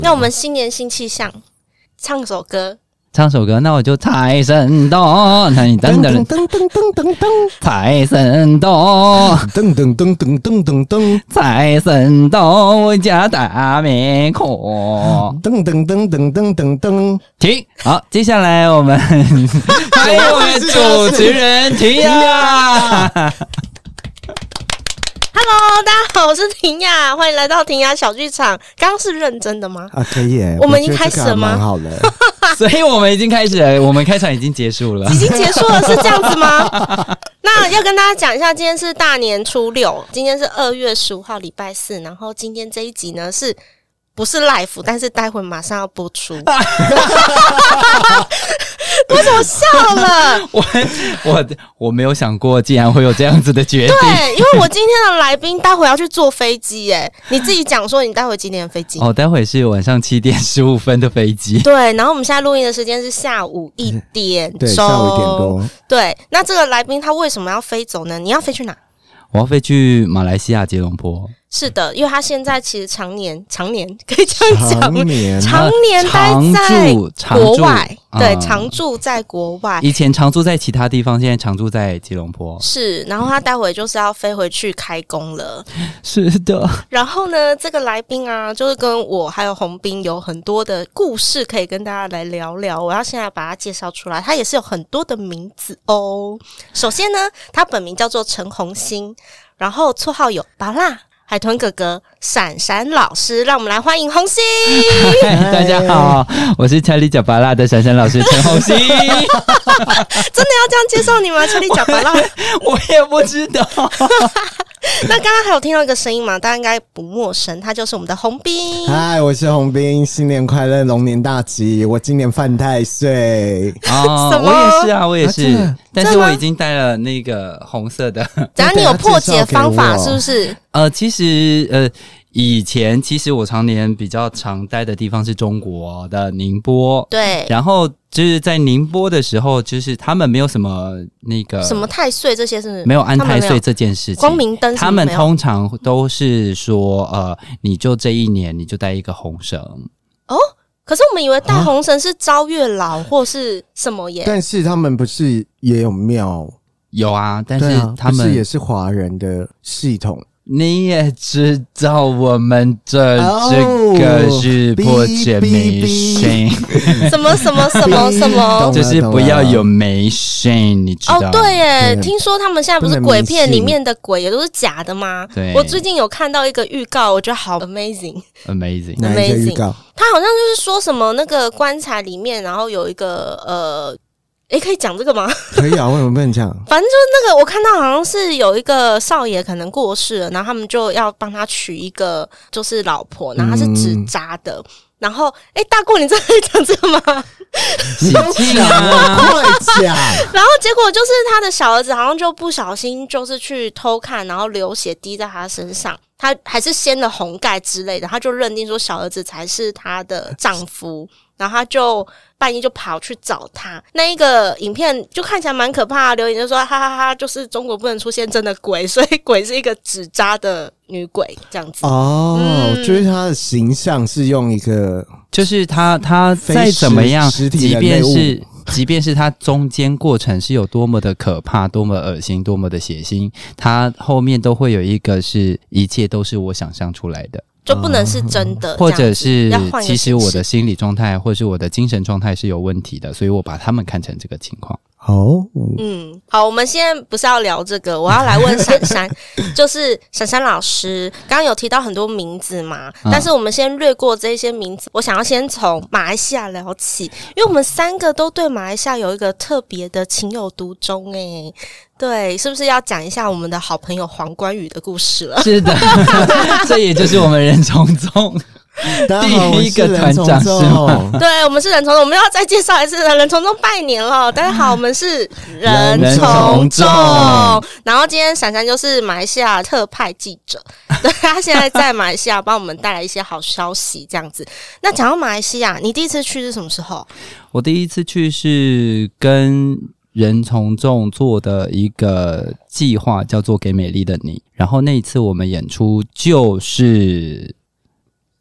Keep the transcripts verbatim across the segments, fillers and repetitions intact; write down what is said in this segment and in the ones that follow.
那我们新年新气象，唱首歌。 唱首歌，那我就财神到，那你等等噔噔噔噔噔，财神到， 噔噔噔噔噔噔噔， 财神到我家大门口， 噔噔噔噔噔噔噔， 停。好，接下来我们还有我们主持人婷雅。 Hello， 大家好，我是婷雅，欢迎来到婷雅小剧场。刚刚是认真的吗？ 啊，可以耶， 我们已经开始了吗？ 蛮好的， 所以我们已经开始了，我们开场已经结束了， 已经结束了，是这样子吗？那要跟大家讲一下，今天是大年初六，今天是二月十五号，礼拜四。然后今天这一集呢是。不是 live， 但是待会马上要播出。为什么笑了？ 我我我没有想过，竟然会有这样子的决定。 对，因为我今天的来宾待会要去坐飞机耶。你自己讲说，你待会几点的飞机？ 哦，待会是晚上七点十五分的飞机。 对，然后我们现在录音的时间是下午一点钟。 对，下午一点多。 对，那这个来宾他为什么要飞走呢？你要飞去哪？ 我要飞去马来西亚吉隆坡。 是的，因为他现在其实常年常年可以这样讲， 常年常年待在国外，对， 嗯、 常住在国外。 以前常住在其他地方，现在常住在吉隆坡。 是，然后他待会就是要飞回去开工了。 是的。 然后呢，这个来宾啊，就是跟我还有洪斌有很多的故事可以跟大家来聊聊。我要现在把他介绍出来，他也是有很多的名字哦。首先呢，他本名叫做陈鸿兴，然后绰号有芭乐。海豚哥哥、闪闪老师，让我们来欢迎鸿兴。 大家好，我是查理脚芭乐的闪闪老师陈鸿兴。真的要这样介绍你吗？查理脚芭乐？ 我也不知道。 那刚刚还有听到一个声音嘛？大家应该不陌生，他就是我们的洪斌。 嗨，我是洪斌，新年快乐，龙年大吉！我今年犯太岁。 哦，我也是啊，我也是，啊、但是我已经带了那个红色的。 等下你有破解方法是不是？ 呃，其实呃。以前其实我常年比较常待的地方是中国的宁波， 对， 然后就是在宁波的时候，就是他们没有什么那个什么太岁这些是没有安太岁这件事情， 光明灯， 他们通常都是说呃，你就这一年你就带一个红绳哦。可是我们以为带红绳是招月老或是什么耶？ 但是他们不是也有庙？ 有啊，但是他们、 啊、不是也是华人的系统。 你也知道我们这、oh, 这个是破解迷信， 什么什么什么什么， 就是不要有迷信，你知道？ 哦，对耶，听说他们现在不是鬼片里面的鬼也都是假的吗？ 对， 我最近有看到一个预告，我觉得好 amazing，amazing， 哪一个预告？ 他好像就是说什么那个棺材里面，然后有一个呃。诶，可以讲这个吗？ 可以啊，为什么不能讲？ 反正就是那个，我看到好像是有一个少爷可能过世了，然后他们就要帮他娶一个就是老婆，然后他是纸扎的。嗯、然后，诶，大过你真的可以讲这个吗？ 你讲啊， 快讲！ 然后结果就是他的小儿子好像就不小心就是去偷看，然后流血滴在他身上，他还是掀了红盖之类的，他就认定说小儿子才是他的丈夫。然后他就半夜就跑去找他，那一个影片就看起来蛮可怕的，留言就说哈哈哈，就是中国不能出现真的鬼，所以鬼是一个纸扎的女鬼这样子。 哦，嗯、就是他的形象是用一个， 就是他他再怎么样，即便是即便是他中间过程是有多么的可怕、多么恶心、多么的血腥，他后面都会有一个是一切都是我想象出来的。 就不能是真的， 或者是其实我的心理状态或是我的精神状态是有问题的，所以我把他们看成这个情况。 哦， 嗯，好，我们现在不是要聊这个，我要来问闪闪，就是闪闪老师，刚刚有提到很多名字嘛，嗯、但是我们先略过这些名字，我想要先从马来西亚聊起，因为我们三个都对马来西亚有一个特别的情有独钟诶。对，是不是要讲一下我们的好朋友黄冠宇的故事了？ 是的，这也就是我们人从众第一个团长是吗？ 对，我们是人从众，我们要再介绍一次人从众拜年了。大家好，我们是人从众。然后今天闪闪就是马来西亚特派记者，对，他现在在马来西亚帮我们带来一些好消息，这样子。那讲到马来西亚，你第一次去是什么时候？ 我第一次去是跟人从众做的一个计划，叫做给美丽的你。然后那一次我们演出就是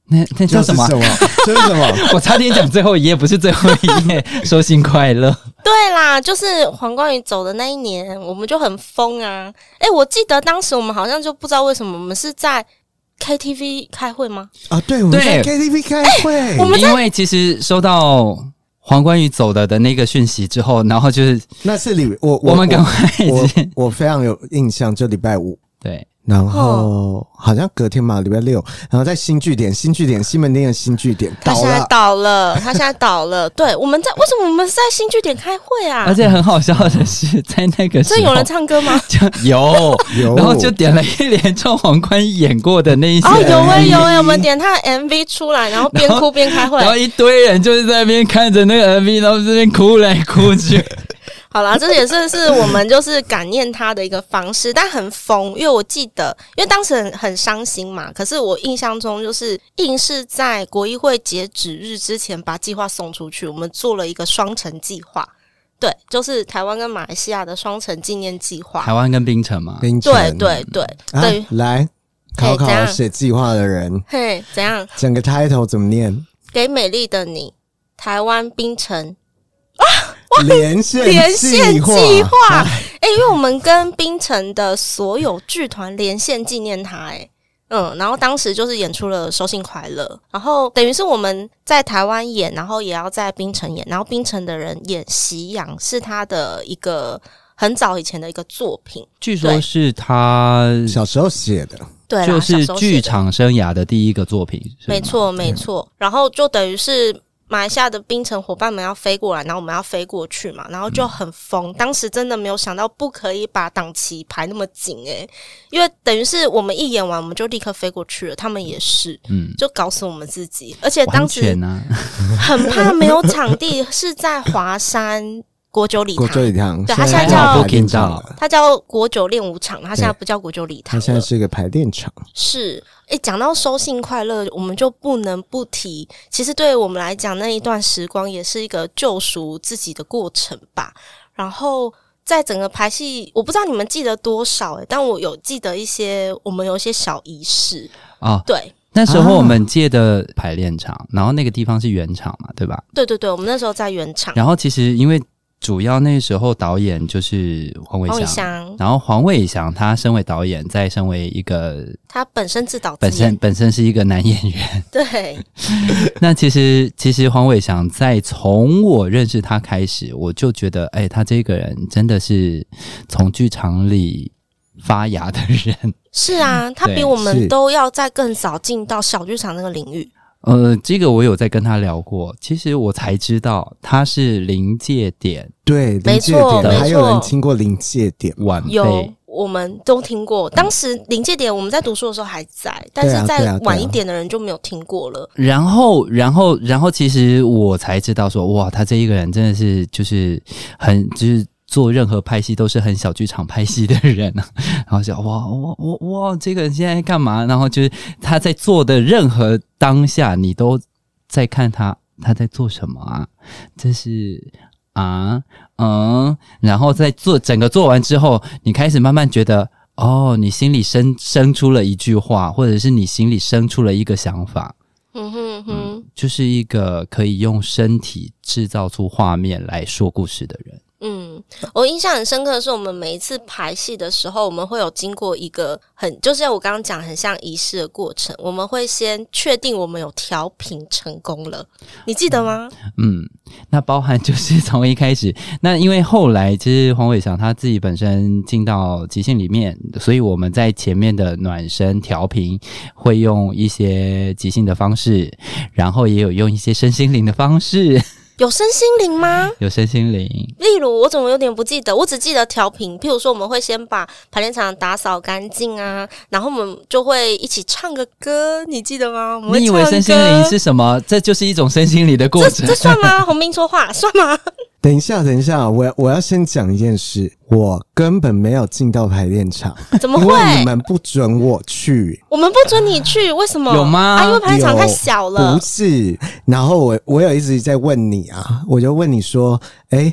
那那叫什么？ 这是什么？ 我差点讲最后一页，不是最后一页。收心快乐。 对啦，就是黄冠宇走的那一年，我们就很疯啊！哎、欸，我记得当时我们好像就不知道为什么，我们是在 K T V 开会吗？ 啊，对，我们在 K T V 开会。欸、 我们因为其实收到黄冠宇走的的那个讯息之后，然后就是那是礼我我我们赶快我我非常有印象，就礼拜五对。 然后好像隔天嘛，礼拜六，然后在新据点，新据点，西门町的新据点倒了， 他现在倒了，他现在倒了。对，我们在为什么我们是在新据点开会啊？ 而且很好笑的是，在那个时候， 所以有人唱歌吗？ 就有有， 然后就点了一连串黄冠宇演过的那一些哦，有哎、欸、有哎、欸，我们点他的 M V 出来，然后边哭边开会， 然后一堆人就是在那边看着那个 M V， 然后这边哭来哭去。 好啦，这也算是我们就是感念他的一个方式，但很疯，因为我记得，因为当时很很伤心嘛。可是我印象中就是硬是在国议会截止日之前把计划送出去，我们做了一个双城计划，对，就是台湾跟马来西亚的双城纪念计划。 台湾跟槟城嘛， 槟城对对对， 啊、 对， 来考考写计划的人， 嘿，怎样？ 整个 title 怎么念？ 给美丽的你，台湾槟城。啊！ 连线连线计划， 哎、 欸，因为我们跟槟城的所有剧团连线纪念他、欸，哎，嗯，然后当时就是演出了《收信快乐》，然后等于是我们在台湾演，然后也要在槟城演，然后槟城的人演夕阳，是他的一个很早以前的一个作品， 据说是他小时候写的。 对， 就是剧场生涯的第一个作品， 没错没错，然后就等于是马来西亚的槟城伙伴们要飞过来，然后我们要飞过去嘛，然后就很疯、嗯、当时真的没有想到不可以把档期排那么紧诶、欸，因为等于是我们一演完我们就立刻飞过去了，他们也是嗯，就搞死我们自己，而且当时很怕没有场地，是在华山国酒礼堂， 国酒礼堂， 对，他现在叫他叫国酒练舞场，他现在不叫国酒礼堂， 他现在是一个排练场。 是，诶，讲到收信快乐，我们就不能不提，其实对我们来讲，那一段时光也是一个救赎自己的过程吧。然后在整个排戏，我不知道你们记得多少、欸，但我有记得一些，我们有一些小仪式啊、哦，对。 那时候我们借的排练场、啊，然后那个地方是原场嘛，对吧？ 对对对，我们那时候在原场。 然后其实因为主要那时候导演就是黄伟翔，然后黄伟翔他身为导演，再身为一个他本身自导自本身本身是一个男演员， 对。 那其实其实黄伟翔在从我认识他开始，我就觉得，哎、欸，他这个人真的是从剧场里发芽的人。 是啊，他比我们都要再更早进到小剧场那个领域。 呃，这个我有在跟他聊过，其实我才知道他是临界点， 对，临界点，还有人听过临界点晚辈， 有，我们都听过。当时临界点我们在读书的时候还在，但是在晚一点的人就没有听过了。 然后，然后，然后，其实我才知道说，哇，他这一个人真的是就是很就是。做任何拍戏都是很小剧场拍戏的人啊，然后想哇哇哇哇，这个人现在干嘛？然后就是他在做的任何当下，你都在看他他在做什么啊？这是啊嗯，然后在做整个做完之后，你开始慢慢觉得哦，你心里生生出了一句话，或者是你心里生出了一个想法。嗯哼哼、嗯，就是一个可以用身体制造出画面来说故事的人。 嗯，我印象很深刻的是，我们每一次排戏的时候，我们会有经过一个很，就是我刚刚讲很像仪式的过程。我们会先确定我们有调频成功了，你记得吗？ 嗯，那包含就是从一开始，那因为后来其实黄伟翔他自己本身进到即兴里面，所以我们在前面的暖身调频会用一些即兴的方式，然后也有用一些身心灵的方式。 有身心灵吗？ 有身心灵。 例如我怎么有点不记得，我只记得调频。譬如说我们会先把排练场打扫干净啊，然后我们就会一起唱个歌，你记得吗？我们会你以为身心灵是什么？这就是一种身心灵的过程。 这, 这算吗？洪斌说话算吗？ 等一下等一下，我我要先讲一件事，我根本没有进到排练场。 怎么会？ 因为你们不准我去。 我们不准你去，为什么？ 有吗？ 啊，因为排练场太小了。 不是，然后我我有一直在问你啊，我就问你说，诶，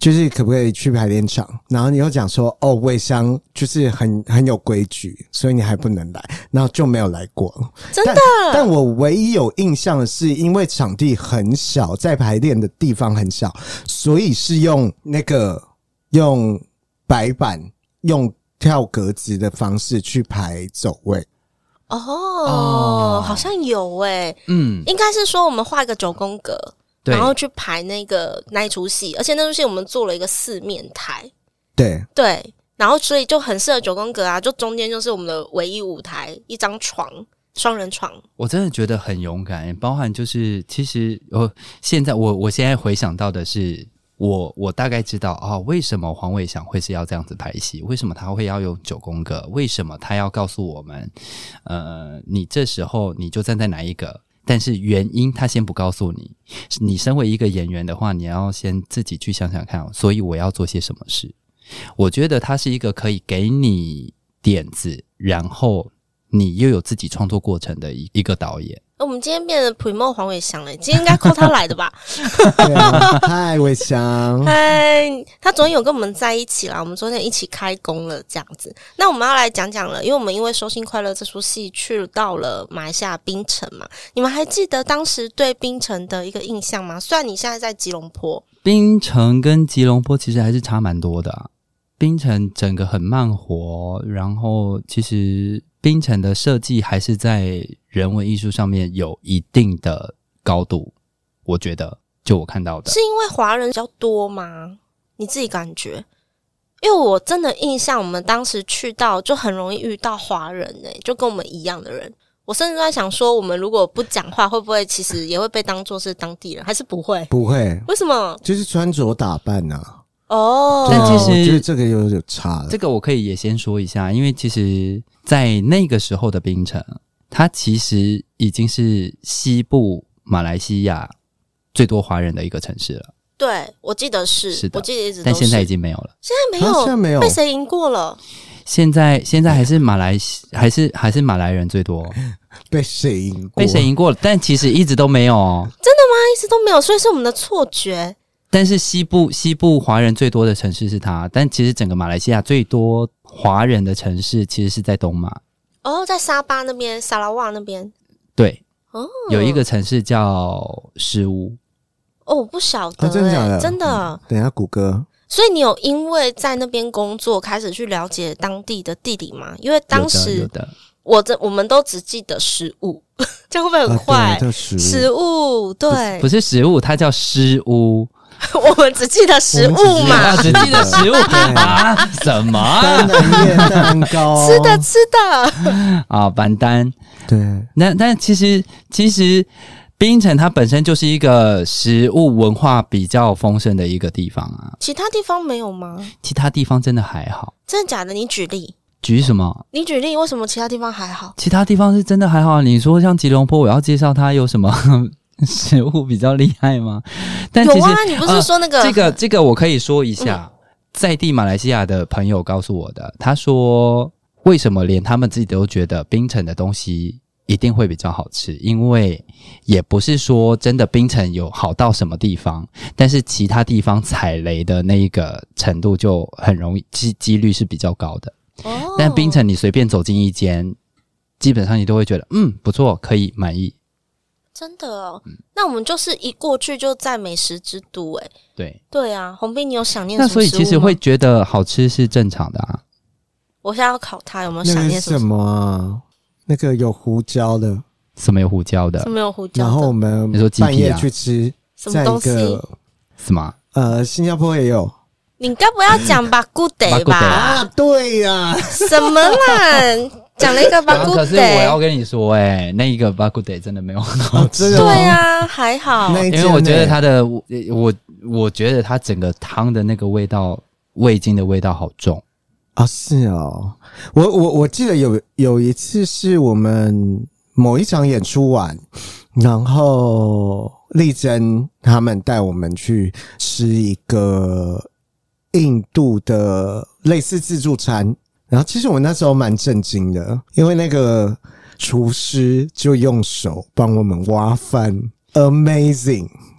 就是可不可以去排练场，然后你又讲说哦魏湘就是很很有规矩，所以你还不能来，然后就没有来过。 真的？ 但, 但我唯一有印象的是，因为场地很小，在排练的地方很小，所以是用那个用白板用跳格子的方式去排走位。 哦，哦好像有诶、欸，嗯，应该是说我们画一个九宫格，然后去排那个那一出戏，而且那出戏我们做了一个四面台， 对对，然后所以就很适合九宫格啊，就中间就是我们的唯一舞台，一张床，双人床。 我真的觉得很勇敢，包含就是其实我现在我我现在回想到的是。我我大概知道哦，为什么黄伟翔会是要这样子排戏？为什么他会要用九宫格？为什么他要告诉我们，呃，你这时候你就站在哪一个？但是原因他先不告诉你。你身为一个演员的话，你要先自己去想想看。所以我要做些什么事？我觉得他是一个可以给你点子，然后你又有自己创作过程的一一个导演。 我们今天变成 Primo 黄伟翔了，今天应该扣他来的吧？ 嗨，伟翔， 嗨，他昨天有跟我们在一起啦，我们昨天一起开工了，这样子。那我们要来讲讲了，因为我们因为《收心快乐》这出戏去到了马来西亚槟城嘛，你们还记得当时对槟城的一个印象吗？虽然你现在在吉隆坡， 槟城跟吉隆坡其实还是差蛮多的啊。槟城整个很慢活，然后其实槟城的设计还是在人文艺术上面有一定的高度，我觉得就我看到的。 是因为华人比较多吗？你自己感觉？因为我真的印象，我们当时去到就很容易遇到华人欸，就跟我们一样的人。我甚至在想说，我们如果不讲话，会不会其实也会被当作是当地人？还是不会？ 不会。 为什么？ 就是穿着打扮啊。 哦， 但其实我觉得这个有有差了。 这个我可以也先说一下，因为其实在那个时候的槟城，它其实已经是西部马来西亚最多华人的一个城市了。 对，我记得是， 是的， 我记得一直都是， 但现在已经没有了。 现在没有， 啊、现在没有， 被谁赢过了？ 现在现在还是马来还是还是马来人最多， 被谁赢过？ 被谁赢过了？但其实一直都没有哦。 真的吗？一直都没有，所以是我们的错觉。 但是西部西部华人最多的城市是它，但其实整个马来西亚最多华人的城市其实是在东马。 哦，在沙巴那边，沙拉瓦那边。 对， 哦， 有一个城市叫诗屋。 哦，我不晓得、欸哦，真的假的？ 真的。 嗯、等一下，谷歌。 所以你有因为在那边工作开始去了解当地的地理吗？因为当时有的我这我们都只记得食物，这样会不会很坏？ 啊、食物， 食物对， 不是食物，它叫诗屋。 我们只记得食物嘛， 只记得食物啊？什么？ 丹南叶蛋糕， 吃的吃的啊，板丹。 对， 那但其实其实槟城它本身就是一个食物文化比较丰盛的一个地方啊。 其他地方没有吗？ 其他地方真的还好。 真的假的？你举例。 举什么？ 你举例，为什么其他地方还好？ 其他地方是真的还好。你说像吉隆坡，我要介绍它有什么食物比较厉害吗？但其实有啊，你不是说那个、 呃、这个这个我可以说一下、嗯，在地马来西亚的朋友告诉我的，他说为什么连他们自己都觉得槟城的东西一定会比较好吃，因为也不是说真的槟城有好到什么地方，但是其他地方踩雷的那一个程度就很容易，几几率是比较高的。哦，但槟城你随便走进一间，基本上你都会觉得嗯不错，可以满意。 真的哦、嗯，那我们就是一过去就在美食之都哎、欸。 对对啊，洪斌，你有想念什么食物吗？ 那所以其实会觉得好吃是正常的啊。 我现在要考他有没有想念什么？ 那个什么啊？那个有胡椒的， 什么有胡椒的？ 什么有胡椒的？ 然后我们你说半夜去吃， 什么东西？ 什么？ 呃，新加坡也有。 你该不要讲巴古得吧？ 啊，对呀、啊， 什么啦？讲了一个巴古得， 可是我要跟你说、欸，哎，那一个巴古得真的没有很好吃。 哦、 对啊，还好， 因为我觉得它的，我我觉得它整个汤的那个味道，味精的味道好重啊！是哦，我我我记得有有一次是我们某一场演出完，然后丽珍他们带我们去吃一个印度的类似自助餐。然后其实我那时候蛮震惊的，因为那个厨师就用手帮我们挖饭 ，amazing，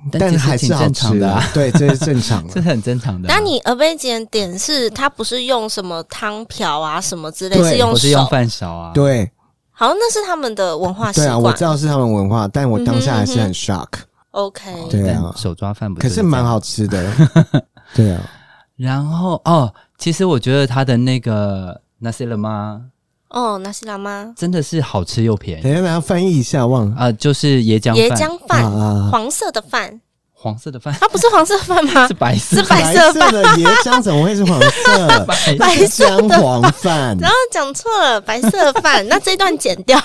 但还是好吃的、啊。对，这是正常的， 这是很正常的、啊。 那你鹅杯煎点是它不是用什么汤瓢啊什么之类，是用手， 不是用饭勺啊？ 对， 好像那是他们的文化习惯。 对啊，我知道是他们文化，但我当下还是很 shock。OK，、 嗯、 对啊， 手抓饭不是，可是蛮好吃的。对啊， 然后哦，其实我觉得他的那个那些了吗？ 哦，那西拉吗？ 真的是好吃又便宜。 等一下，等一下翻译一下，忘了啊、呃，就是椰浆椰浆饭、啊，黄色的饭， 黄色的饭， 它不是黄色饭吗？ 是白色， 是白色饭的椰浆怎么会是黄色？ 白色的黄饭， 然后讲错了，白色饭，那这一段剪掉。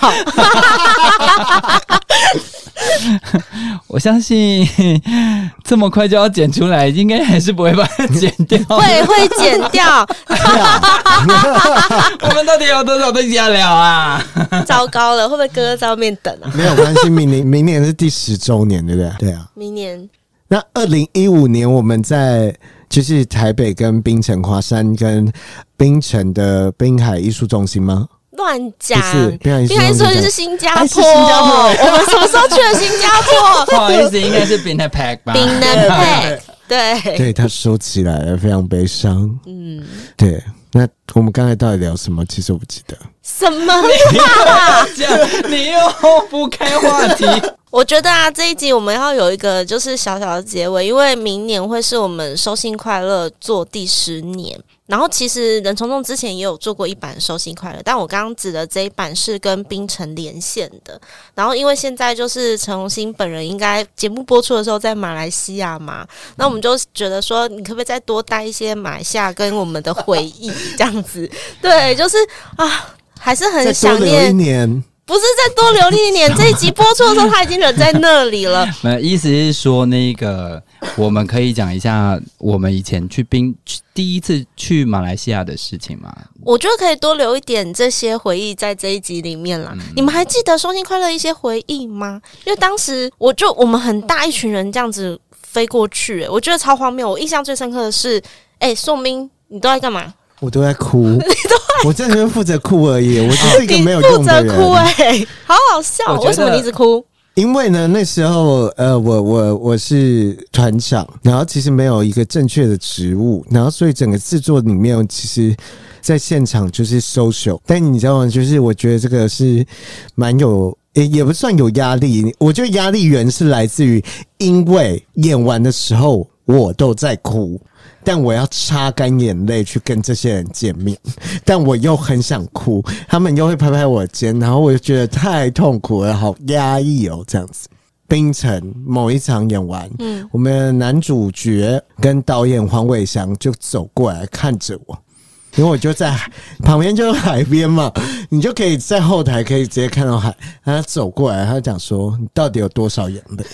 我相信这么快就要剪出来，应该还是不会把它剪掉。 会会剪掉。 我们到底有多少东西要聊啊？ 糟糕了，会不会哥哥在外面等啊？ 没有关系，明年明年是第十周年，对不对？对啊， 明年。 那二零一五年我们在就是台北跟槟城、华山跟槟城的滨海艺术中心吗？ 乱讲， 滨海艺术滨海艺术中心是新加坡， 新加坡我们什么时候去了新加坡？ 不好意思，应该是槟城 Pack 吧？ 槟城 Pack， 对， 对，他收起来了，非常悲伤。嗯，对。那我们刚才到底聊什么？其实我不记得。 什么啦？ 你又不开话题。 我觉得啊，这一集我们要有一个就是小小的结尾，因为明年会是我们收信快乐做第十年。然后其实人从众之前也有做过一版收信快乐，但我刚刚指的这一版是跟槟城连线的。然后因为现在就是陈鸿兴本人应该节目播出的时候在马来西亚嘛，那我们就觉得说你可不可以再多带一些马来西亚跟我们的回忆这样子。对，就是啊，还是很想念。 再多留一年。 不是再多留一年，这一集播出的时候他已经人在那里了。 没，意思是说那个我们可以讲一下我们以前去冰第一次去马来西亚的事情吗？ 我觉得可以多留一点这些回忆在这一集里面啦。嗯、你们还记得收信快乐一些回忆吗？因为当时我就我们很大一群人这样子飞过去、欸，我觉得超荒谬。我印象最深刻的是，哎、欸，宋斌，你都在干嘛？ 我都在哭，我在那边负责哭而已，我只是一个没有用的人。 负责哭哎、欸，好好笑！为什么你一直哭？ 因为呢，那时候呃，我我我是团长，然后其实没有一个正确的职务，然后所以整个制作里面，其实在现场就是 social， 但你知道吗？就是我觉得这个是蛮有。也, 也不算有压力，我觉得压力源是来自于，因为演完的时候我都在哭，但我要擦干眼泪去跟这些人见面，但我又很想哭，他们又会拍拍我肩，然后我就觉得太痛苦了，好压抑哦，这样子。槟城某一场演完，嗯，我们的男主角跟导演黄伟翔就走过来看着我。因为我就在旁边，就是海边嘛，你就可以在后台可以直接看到海。他走过来，他讲说：“你到底有多少眼泪？”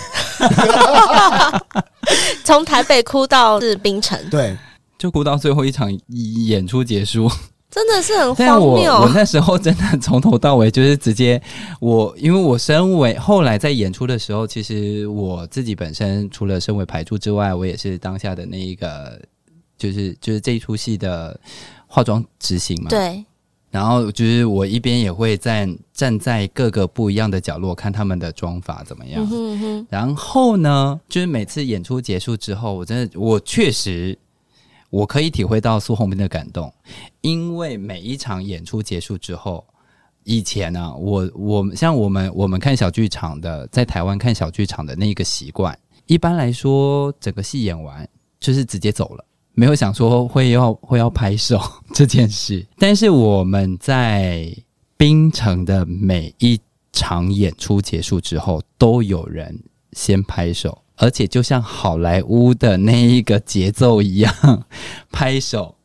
从台北哭到是槟城， 对， 就哭到最后一场演出结束， 真的是很但荒谬。 我我那时候真的从头到尾就是直接我，因为我身为后来在演出的时候，其实我自己本身除了身为排助之外，我也是当下的那一个，就是就是这一出戏的。化妆执行嘛， 对， 然后就是我一边也会站站在各个不一样的角落看他们的妆法怎么样。嗯哼哼，然后呢，就是每次演出结束之后，我真的我确实我可以体会到苏宏斌的感动，因为每一场演出结束之后，以前呢、啊，我我像我们我们看小剧场的，在台湾看小剧场的那个习惯，一般来说整个戏演完就是直接走了。没有想说会要会要拍手这件事，但是我们在槟城的每一场演出结束之后，都有人先拍手，而且就像好莱坞的那一个节奏一样，拍手。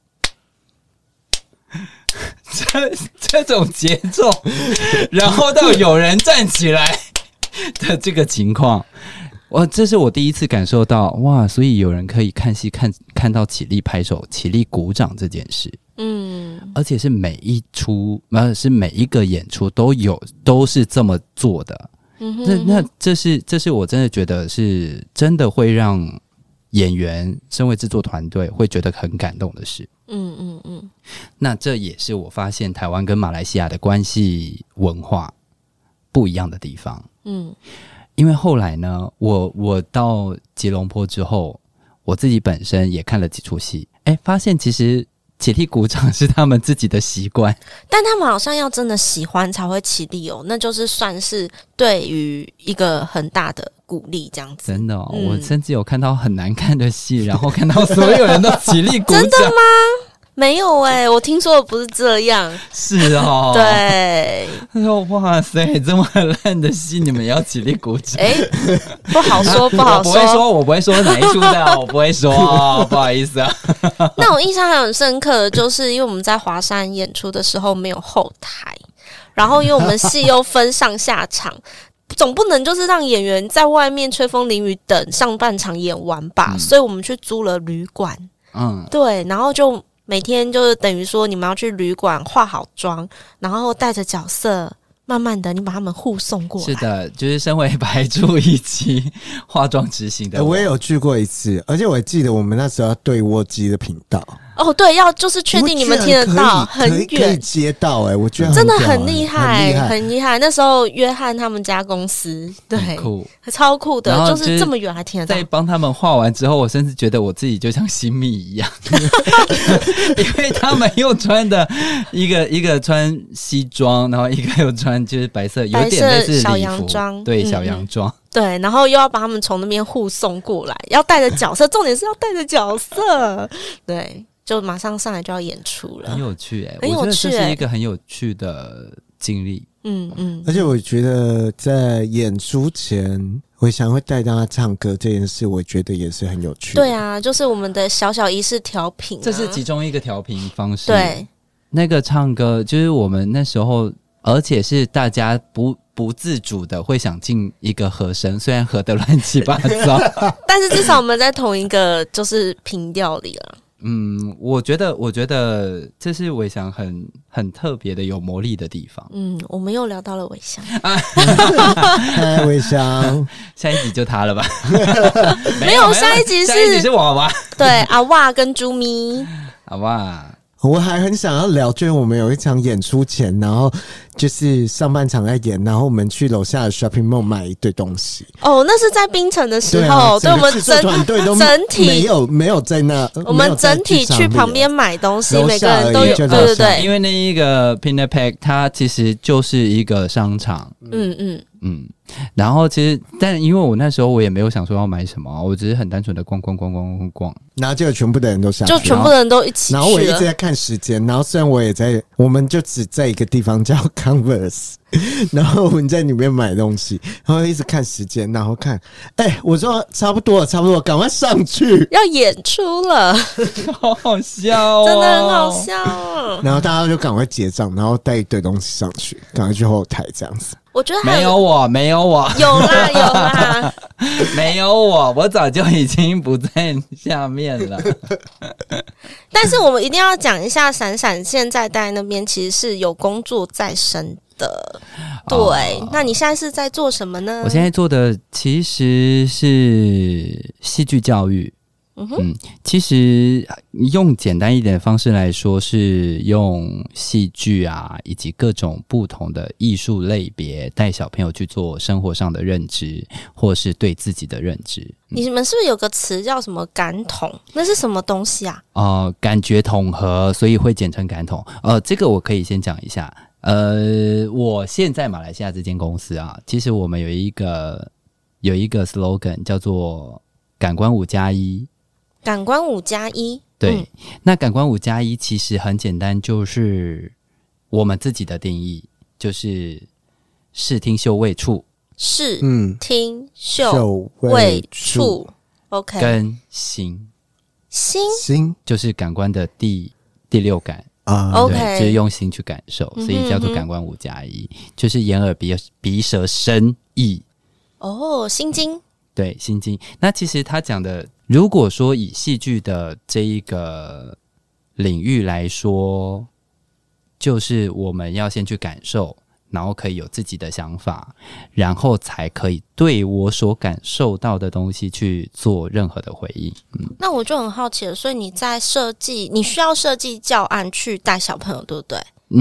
这这种节奏，然后到有人站起来的这个情况。哇，这是我第一次感受到哇，所以有人可以看戏看看到起立拍手、起立鼓掌这件事，嗯，而且是每一出，呃，是每一个演出都有都是这么做的，嗯哼嗯哼，那那这是这是我真的觉得是真的会让演员身为制作团队会觉得很感动的事，嗯嗯嗯，那这也是我发现台湾跟马来西亚的关系文化不一样的地方，嗯。 因为后来呢，我我到吉隆坡之后，我自己本身也看了几出戏，哎，发现其实起立鼓掌是他们自己的习惯， 但他们好像要真的喜欢才会起立哦，那就是算是对于一个很大的鼓励这样子。 真的哦、 嗯、 我甚至有看到很难看的戏，然后看到所有人都起立鼓掌。 真的吗？没有哎、欸，我听说的不是这样。 是哦， 对。 他说：“哇塞，这么烂的戏，你们也要起立鼓掌？” 哎、欸，不好说，不好说。 我不会说，我不会说哪一出的，我不会说，哦、不好意思啊。 那我印象还很深刻的，就是因为我们在华山演出的时候没有后台，然后因为我们戏又分上下场。总不能就是让演员在外面吹风淋雨等上半场演完吧、嗯、所以我们去租了旅馆，嗯，对，然后就每天就是等于说你们要去旅馆化好妆，然后带着角色慢慢的你把他们护送过来。 是的，就是身为白柱以及化妆执行的我、 欸、我也有去过一次，而且我记得我们那时候要对沃基的频道哦，对，要就是确定你们听得到，很远可以接到哎、欸，我觉得真的很厉害， 很厉害， 很厉害。那时候约翰他们家公司，对， 很酷， 超酷的，就, 就是这么远还听得到。 在帮他们画完之后，我甚至觉得我自己就像新密一样，因为他们又穿的一个一个穿西装，然后一个又穿就是白色，有点类似小洋装， 对，小洋装。 嗯对，然后又要把他们从那边护送过来，要带着角色，重点是要带着角色，对，就马上上来就要演出了， 很有趣哎、欸， 很有趣、欸， 我觉得这是一个很有趣的经历， 嗯嗯， 而且我觉得在演出前，我想会带大家唱歌这件事，我觉得也是很有趣的。 对啊，就是我们的小小仪式调频、啊， 这是其中一个调频方式。 对， 那个唱歌就是我们那时候，而且是大家不。不自主的会想进一个和声，虽然和得乱七八糟， 但是至少我们在同一个就是频调里了。 嗯，我觉得，我觉得这是伟翔很很特别的、有魔力的地方。 嗯，我们又聊到了伟翔， 嗨，伟翔， 下一集就他了吧？ 没有，下一集是下一集是娃娃， 对，阿哇跟朱咪， 阿哇。 我还很想要聊，就是我们有一场演出前，然后就是上半场在演，然后我们去楼下的 shopping mall 买一堆东西。 哦，那是在槟城的时候， 对, 啊、 对我们整团队都整体没有没有在那， 我们整体去旁边买东西，每个人都有，对对对。 因为那一个 Pinnapack 它其实就是一个商场， 嗯嗯嗯。然后其实，但因为我那时候我也没有想说要买什么，我只是很单纯的逛逛逛逛逛逛， 然后结果全部的人都下去， 就全部的人都一起去了。 然后我一直在看时间，然后虽然我也在，我们就只在一个地方叫 Converse， 然后我们在里面买东西，然后一直看时间，然后看，哎、欸，我说差不多了，差不多了，赶快上去， 要演出了， 好好笑哦， 真的很好笑哦。 然后大家就赶快结账，然后带一堆东西上去，赶快去后台这样子。 我觉得没有我，没有我， 有啦有啦， 没有我，我早就已经不在下面了。 但是我们一定要讲一下，闪闪现在在那边其实是有工作在身的。对、哦，那你现在是在做什么呢？ 我现在做的其实是戏剧教育。嗯, 嗯，其实用简单一点的方式来说，是用戏剧啊，以及各种不同的艺术类别，带小朋友去做生活上的认知，或是对自己的认知。 嗯、你们是不是有个词叫什么感统？那是什么东西啊？ 呃，感觉统合，所以会简称感统。呃，这个我可以先讲一下。呃，我现在马来西亚这间公司啊，其实我们有一个有一个 slogan 叫做“感官五加一”。 感官五加一， 对、 嗯， 那感官五加一其实很简单，就是我们自己的定义，就是视听嗅味触， 视、嗯、听嗅味触 ，OK， 跟心， 心心就是感官的第第六感啊、 uh, ，OK， 就是用心去感受，所以叫做感官五加一，就是眼耳鼻鼻舌身意。 哦，心经。 对，心经。那其实他讲的，如果说以戏剧的这一个领域来说，就是我们要先去感受，然后可以有自己的想法，然后才可以对我所感受到的东西去做任何的回应。嗯， 那我就很好奇了，所以你在设计，你需要设计教案去带小朋友，对不对？ 嗯，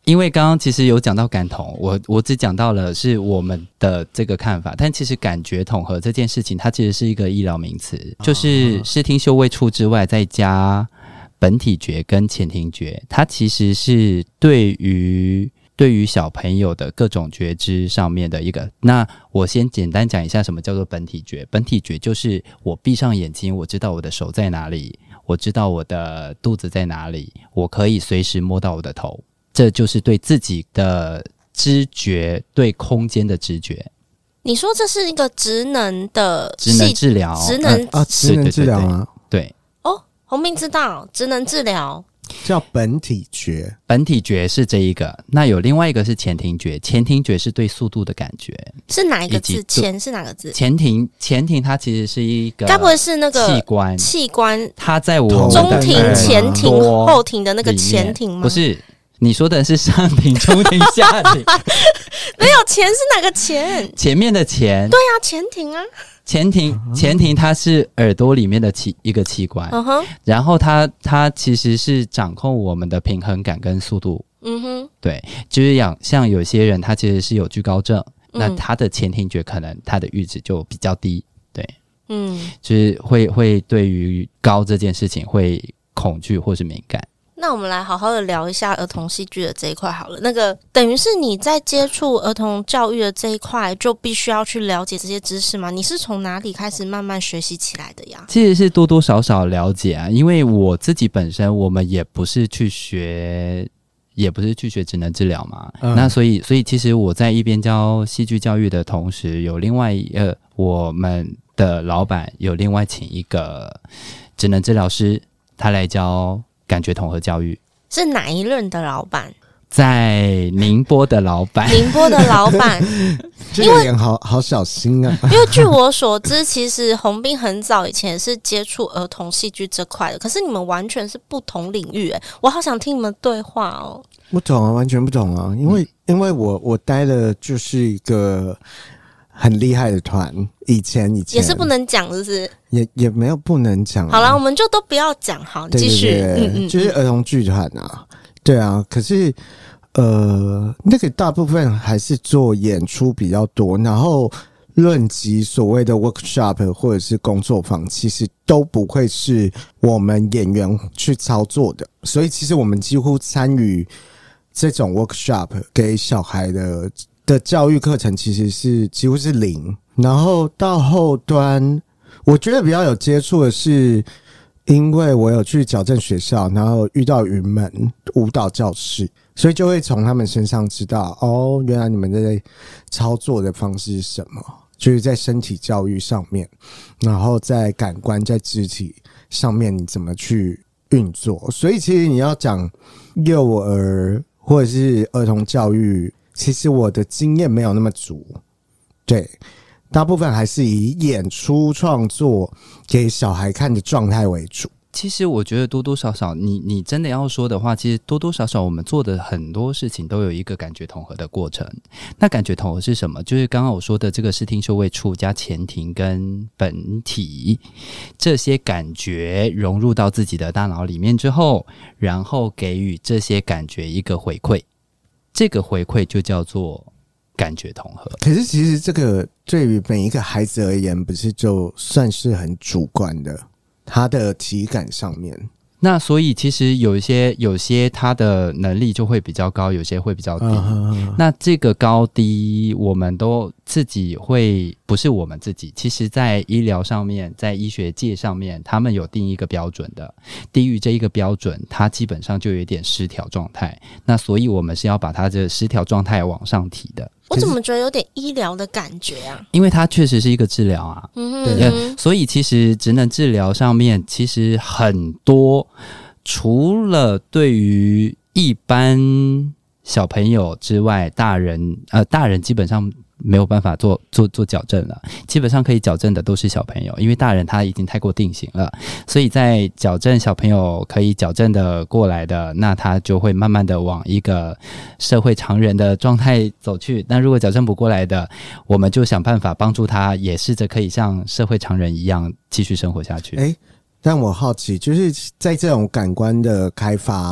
因为刚刚其实有讲到感统，我我只讲到了是我们的这个看法，但其实感觉统合这件事情，它其实是一个医疗名词，就是视听嗅味触之外，再加本体觉跟前庭觉，它其实是对于对于小朋友的各种觉知上面的一个。那我先简单讲一下什么叫做本体觉。本体觉就是我闭上眼睛，我知道我的手在哪里，我知道我的肚子在哪里，我可以随时摸到我的头。这就是对自己的知觉，对空间的知觉。 你说这是一个职能的职能治疗， 职能啊，职能治疗啊， 对。 哦，鸿斌知道职能治疗叫本体觉， 本体觉是这一个。那有另外一个是前庭觉，前庭觉是对速度的感觉。 是哪一个字？前是哪个字？ 前庭，前庭它其实是一个， 该不会是那个器官？ 器官， 它在我中庭、前庭、后庭的那个前庭吗？ 不是。你说的是上庭、中庭、下庭， 没有前是哪个前？ 前面的前， 对啊，前庭啊， 前庭，前庭它是耳朵里面的器一个器官，嗯哼，然后它它其实是掌控我们的平衡感跟速度，嗯哼，对，就是像像有些人他其实是有惧高症，嗯、那他的前庭觉可能他的阈值就比较低，对，嗯，就是会会对于高这件事情会恐惧或是敏感。 那我们来好好的聊一下儿童戏剧的这一块好了。那个等于是你在接触儿童教育的这一块，就必须要去了解这些知识吗？你是从哪里开始慢慢学习起来的呀？ 其实是多多少少了解啊，因为我自己本身我们也不是去学，也不是去学职能治疗嘛。嗯、那所以，所以其实我在一边教戏剧教育的同时，有另外呃，我们的老板有另外请一个职能治疗师，他来教感觉统合教育。 是哪一任的老板？ 在宁波的老板。 宁波的老板， 这个脸好好小心啊！ 因为据我所知，其实鸿斌很早以前也是接触儿童戏剧这块的，可是你们完全是不同领域诶，我好想听你们对话哦。 不同啊，完全不同啊！因为、嗯、因为我我待的就是一个很厉害的团，以前以前也是不能讲，是不是？ 也也没有不能讲、啊。 好啦，我们就都不要讲，好，继续。 对对对，嗯嗯，就是儿童剧团啊，对啊。可是呃，那个大部分还是做演出比较多，然后论及所谓的 workshop 或者是工作坊，其实都不会是我们演员去操作的，所以其实我们几乎参与这种 workshop 给小孩的。的教育课程其实是几乎是零，然后到后端，我觉得比较有接触的是，因为我有去矫正学校，然后遇到云门舞蹈教室，所以就会从他们身上知道，哦，原来你们在操作的方式是什么，就是在身体教育上面，然后在感官、在肢体上面你怎么去运作，所以其实你要讲幼儿或者是儿童教育。其实我的经验没有那么足，对，大部分还是以演出创作给小孩看的状态为主。 其实我觉得多多少少，你你真的要说的话，其实多多少少我们做的很多事情都有一个感觉统合的过程。那感觉统合是什么？就是刚刚我说的这个视听嗅味触加前庭跟本体这些感觉融入到自己的大脑里面之后，然后给予这些感觉一个回馈。这个回馈就叫做感觉统合。 可是其实这个对于每一个孩子而言，不是就算是很主观的，他的体感上面。 那所以其实有一些有些他的能力就会比较高，有些会比较低。Uh-huh. 那这个高低我们都自己会，不是我们自己，其实在医疗上面，在医学界上面，他们有定一个标准的，低于这一个标准，它基本上就有一点失调状态。那所以我们是要把它的失调状态往上提的。 我怎么觉得有点医疗的感觉啊？ 因为它确实是一个治疗啊，嗯哼对，所以其实职能治疗上面其实很多，除了对于一般小朋友之外，大人呃，大人基本上没有办法做做做矫正了，基本上可以矫正的都是小朋友，因为大人他已经太过定型了，所以在矫正小朋友可以矫正的过来的，那他就会慢慢的往一个社会常人的状态走去。那如果矫正不过来的，我们就想办法帮助他，也试着可以像社会常人一样继续生活下去。 诶，但我好奇，就是在这种感官的开发啊，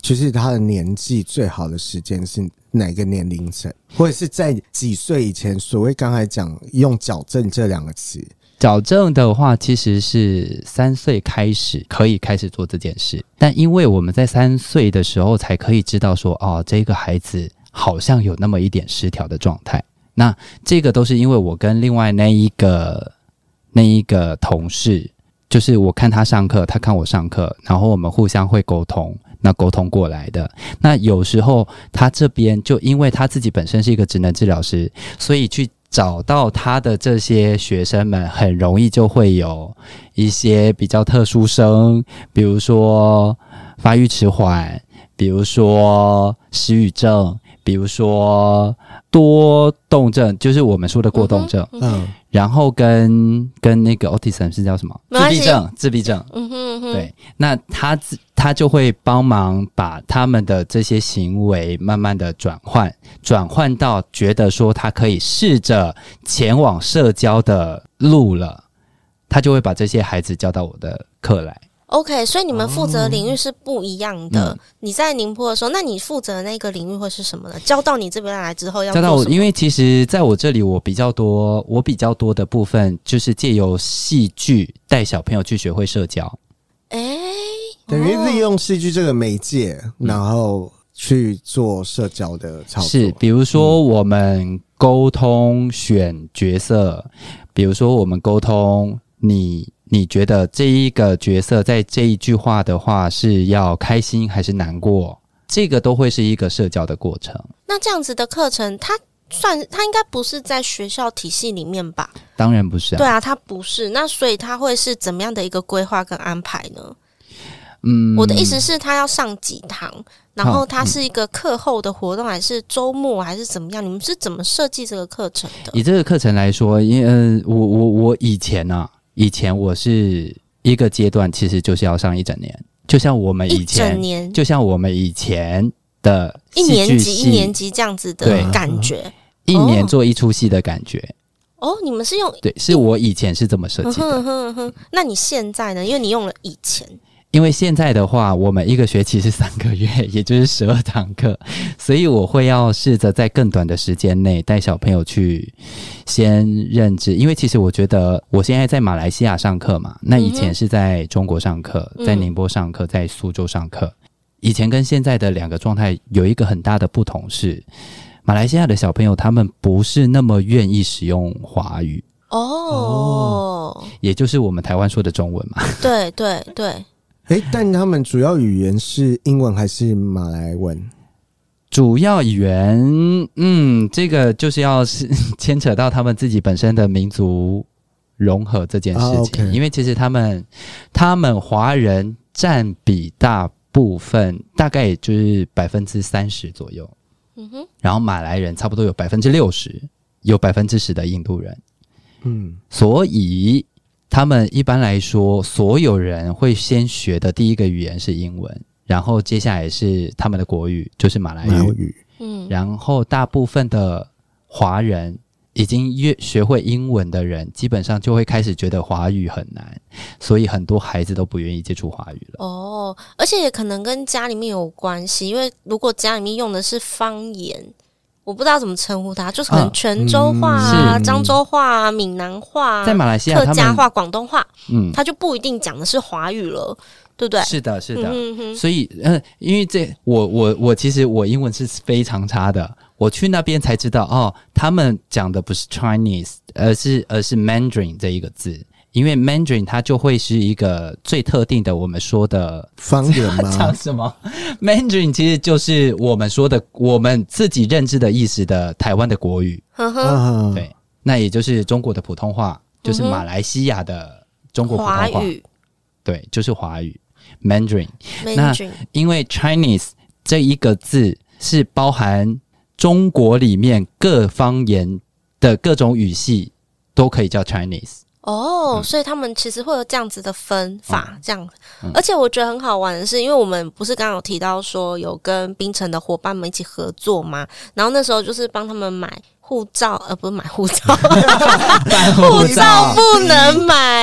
就是他的年纪最好的时间是哪个年龄层，或者是在几岁以前？所谓刚才讲用矫正这两个词， 矫正的话其实是三岁开始可以开始做这件事，但因为我们在三岁的时候才可以知道说，哦，这个孩子好像有那么一点失调的状态。那这个都是因为我跟另外那一个那一个同事，就是我看他上课，他看我上课，然后我们互相会沟通，那沟通过来的。那有时候他这边就因为他自己本身是一个职能治疗师，所以去找到他的这些学生们，很容易就会有一些比较特殊生，比如说发育迟缓，比如说失语症，比如说多动症，就是我们说的过动症，嗯，嗯然后跟跟那个 autism 是叫什么？自闭症，自闭症，嗯哼嗯哼，对，那他他就会帮忙把他们的这些行为慢慢的转换，转换到觉得说他可以试着前往社交的路了，他就会把这些孩子叫到我的课来。 OK， 所以你们负责的领域是不一样的。哦嗯、你在宁波的时候，那你负责的那个领域会是什么呢？交到你这边来之后要做什么？交到我， 因为其实在我这里，我比较多，我比较多的部分就是借由戏剧带小朋友去学会社交。 哎、欸， 等于利用戏剧这个媒介，嗯、然后去做社交的操作。 是，比如说我们沟通选角色，比如说我们沟通你。你觉得这一个角色在这一句话的话是要开心还是难过？这个都会是一个社交的过程。 那这样子的课程，它算它应该不是在学校体系里面吧？ 当然不是啊。 对啊，它不是。那所以它会是怎么样的一个规划跟安排呢？嗯，我的意思是，他要上几堂，然后它是一个课后的活动，还是周末，还是怎么样？你们是怎么设计这个课程的？ 以这个课程来说，因为、呃、我我我以前啊。以前我是一个阶段，其实就是要上一整年，就像我们以前， 一整年就像我们以前的一年级一年级这样子的感觉， 一年做一出戏的感觉。 哦，你们是用对，是我以前是这么设计的。 呵呵呵，那你现在呢？因为你用了以前。 因为现在的话，我们一个学期是三个月，也就是十二堂课，所以我会要试着在更短的时间内带小朋友去先认知。因为其实我觉得我现在在马来西亚上课嘛，那以前是在中国上课，在宁波上课，在苏州上课。以前跟现在的两个状态有一个很大的不同是，马来西亚的小朋友他们不是那么愿意使用华语哦，也就是我们台湾说的中文嘛。 对对对。 诶，但他们主要语言是英文还是马来文？ 主要语言，嗯，这个就是要是牵扯到他们自己本身的民族融合这件事情。啊 okay、因为其实他们他们华人占比大部分，大概也就是百分之三十左右。嗯哼，然后马来人差不多有百分之六十，有百分之十的印度人。嗯，所以。他们一般来说，所有人会先学的第一个语言是英文，然后接下来是他们的国语，就是马来语。马来语，嗯，然后大部分的华人已经越学会英文的人，基本上就会开始觉得华语很难，所以很多孩子都不愿意接触华语了。 哦，而且也可能跟家里面有关系，因为如果家里面用的是方言。我不知道怎么称呼它，就是可能泉州话啊、漳、啊嗯、州话啊、闽南话、啊、 在马来西亚客家话、广东话，嗯，它就不一定讲的是华语了，对不对？ 是的，是的。嗯、哼哼所以，呃，因为这我我我其实我英文是非常差的，我去那边才知道哦，他们讲的不是 Chinese， 而是而是 Mandarin 这一个字。因为 Mandarin 它就会是一个最特定的我们说的方言吗？ 讲什么 Mandarin 其实就是我们说的我们自己认知的意思的台湾的国语。对，那也就是中国的普通话，就是马来西亚的中国普通话。华语。对，就是华语 Mandarin。那因为 Chinese 这一个字是包含中国里面各方言的各种语系都可以叫 Chinese。 哦、嗯，所以他们其实会有这样子的分法，嗯、这样、嗯，而且我觉得很好玩的是，因为我们不是刚刚有提到说有跟槟城的伙伴们一起合作嘛，然后那时候就是帮他们买护照，呃，不是买护照，护照不能买，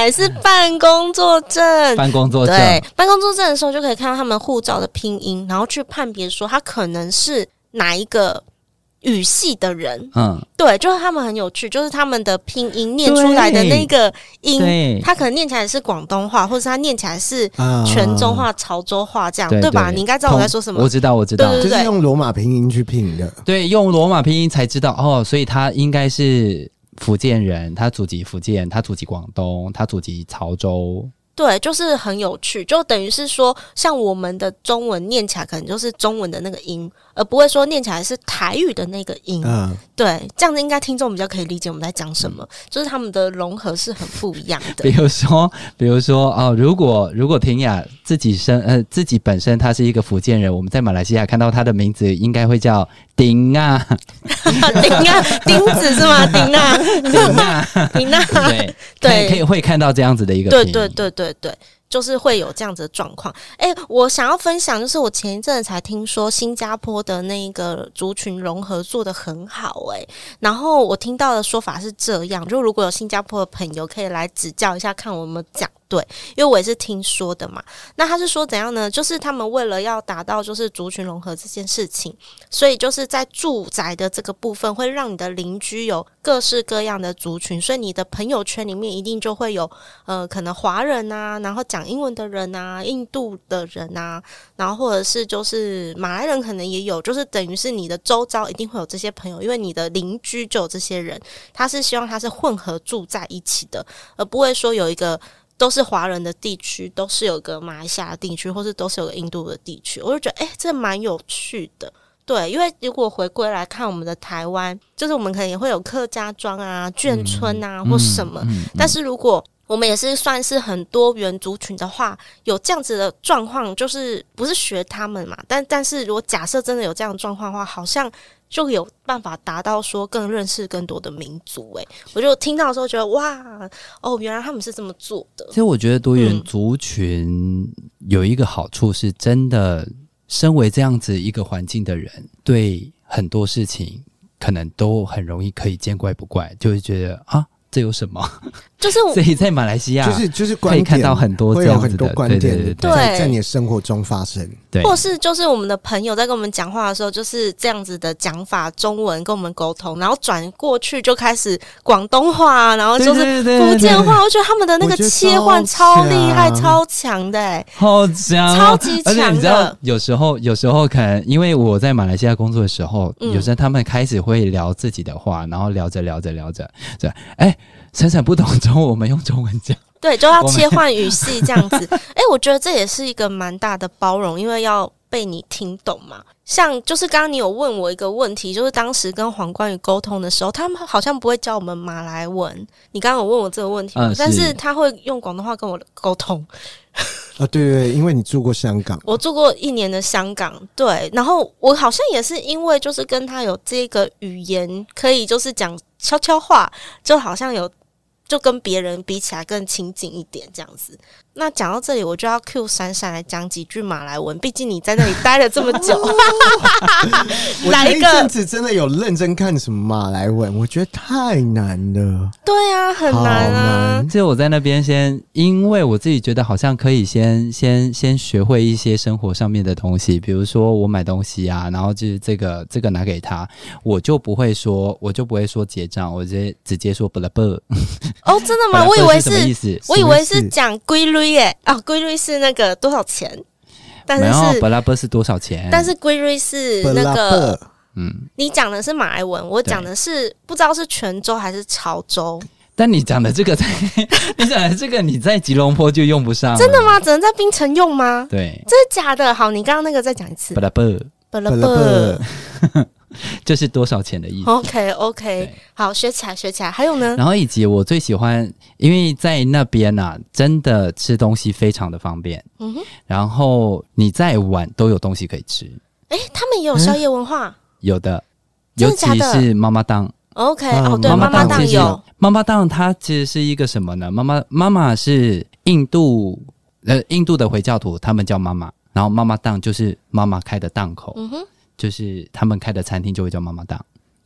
来是办工作证， 办工作证， 对，办工作证的时候就可以看到他们护照的拼音，然后去判别说他可能是哪一个语系的人。嗯，对，就是他们很有趣，就是他们的拼音念出来的那个音，他可能念起来是广东话，或者是他念起来是泉州话、潮州话这样，对, 对吧？你应该知道我在说什么。 我知道，我知道， 对对对，就是用罗马拼音去拼的。 对，用罗马拼音才知道哦，所以他应该是福建人，他祖籍福建，他祖籍广东，他祖籍潮州。 对，就是很有趣，就等于是说，像我们的中文念起来可能就是中文的那个音，而不会说念起来是台语的那个音。嗯，对，这样子应该听众比较可以理解我们在讲什么，嗯、就是他们的融合是很不一样的。 比如说，比如说哦，如果如果婷雅自己身呃自己本身她是一个福建人，我们在马来西亚看到她的名字应该会叫丁啊， 丁啊，丁子是吗？丁啊，丁啊，丁啊， 对对，可以会看到这样子的一个对对对对对，就是会有这样子的状况。哎，我想要分享，就是我前一阵子才听说新加坡的那个族群融合做得很好、欸，哎，然后我听到的说法是这样，就如果有新加坡的朋友可以来指教一下，看我们讲对，因为我也是听说的嘛。那他是说怎样呢？就是他们为了要达到就是族群融合这件事情，所以就是在住宅的这个部分会让你的邻居有各式各样的族群，所以你的朋友圈里面一定就会有呃可能华人啊，然后讲英文的人啊，印度的人啊，然后或者是就是马来人可能也有，就是等于是你的周遭一定会有这些朋友，因为你的邻居就有这些人，他是希望他是混合住在一起的，而不会说有一个都是华人的地区，都是有个马来西亚的地区，或是都是有个印度的地区，我就觉得诶，这蛮有趣的。对，因为如果回归来看我们的台湾，就是我们可能也会有客家庄啊、眷村啊、嗯、或什么、嗯嗯、但是如果我们也是算是很多元族群的话，有这样子的状况，就是不是学他们嘛，但但是如果假设真的有这样的状况的话，好像就有办法达到说更认识更多的民族。诶，我就听到的时候觉得哇，哦，原来他们是这么做的。 其实我觉得多元族群有一个好处是真的，身为这样子一个环境的人，对很多事情可能都很容易可以见怪不怪，就会觉得啊，这有什么？ 就是所以在马来西亚， 就是就是可以看到很多这样子的，会有很多观点，对对对对，在在你的生活中发生。 对， 或是就是我们的朋友在跟我们讲话的时候，就是这样子的讲法，中文跟我们沟通，然后转过去就开始广东话，然后就是福建话。我觉得他们的那个切换超厉害、超强的、欸， 好强、哦， 超级强的。 而且你知道，有时候有时候可能因为我在马来西亚工作的时候，嗯、有时候他们开始会聊自己的话，然后聊着聊着聊着，对，哎。闪闪不懂中文，我们用中文讲， 对，就要切换语系这样子。哎，我觉得这也是一个蛮大的包容，因为要被你听懂嘛。像就是刚刚你有问我一个问题，就是当时跟黄冠宇沟通的时候，他们好像不会教我们马来文。你刚刚有问我这个问题、嗯，但是他会用广东话跟我沟通。 啊，对对对，因为你住过香港， 我住过一年的香港，对，然后我好像也是因为就是跟他有这个语言，可以就是讲悄悄话，就好像有就跟别人比起来更亲近一点这样子。那讲到这里，我就要 cue 闪闪来讲几句马来文，毕竟你在那里待了这么久。 来一个，我那阵子真的有认真看什么马来文，我觉得太难了。 对啊，很难啊。 其实我在那边先，因为我自己觉得好像可以先先先学会一些生活上面的东西，比如说我买东西啊，然后就是这个这个拿给他，我就不会说，我就不会说结账，我直接直接说不啦不。 哦，真的吗？我以为是，我以为是讲规律。啊，规律是那个多少钱？但是是巴拉巴是多少钱？ 但是规律是那个，嗯，你讲的是马来文，我讲的是不知道是泉州还是潮州。 但你讲的这个在，你讲的这个你在吉隆坡就用不上， 真的吗？只能在槟城用吗？ 对， 真的假的？好，你刚刚那个再讲一次。 巴拉巴， 巴拉巴。 这是多少钱的意思 ？OK OK， 好，学起来学起来。还有呢？ 然后以及我最喜欢，因为在那边啊，真的吃东西非常的方便。嗯哼。然后你再晚都有东西可以吃。哎， 他们也有宵夜文化？ 嗯、有的，尤其是妈妈档。 OK， 哦，对，妈妈档有。 妈妈档它其实是一个什么呢？妈妈妈妈是印度呃印度的回教徒，他们叫妈妈，然后妈妈档就是妈妈开的档口。嗯哼。就是他们开的餐厅就会叫妈妈档，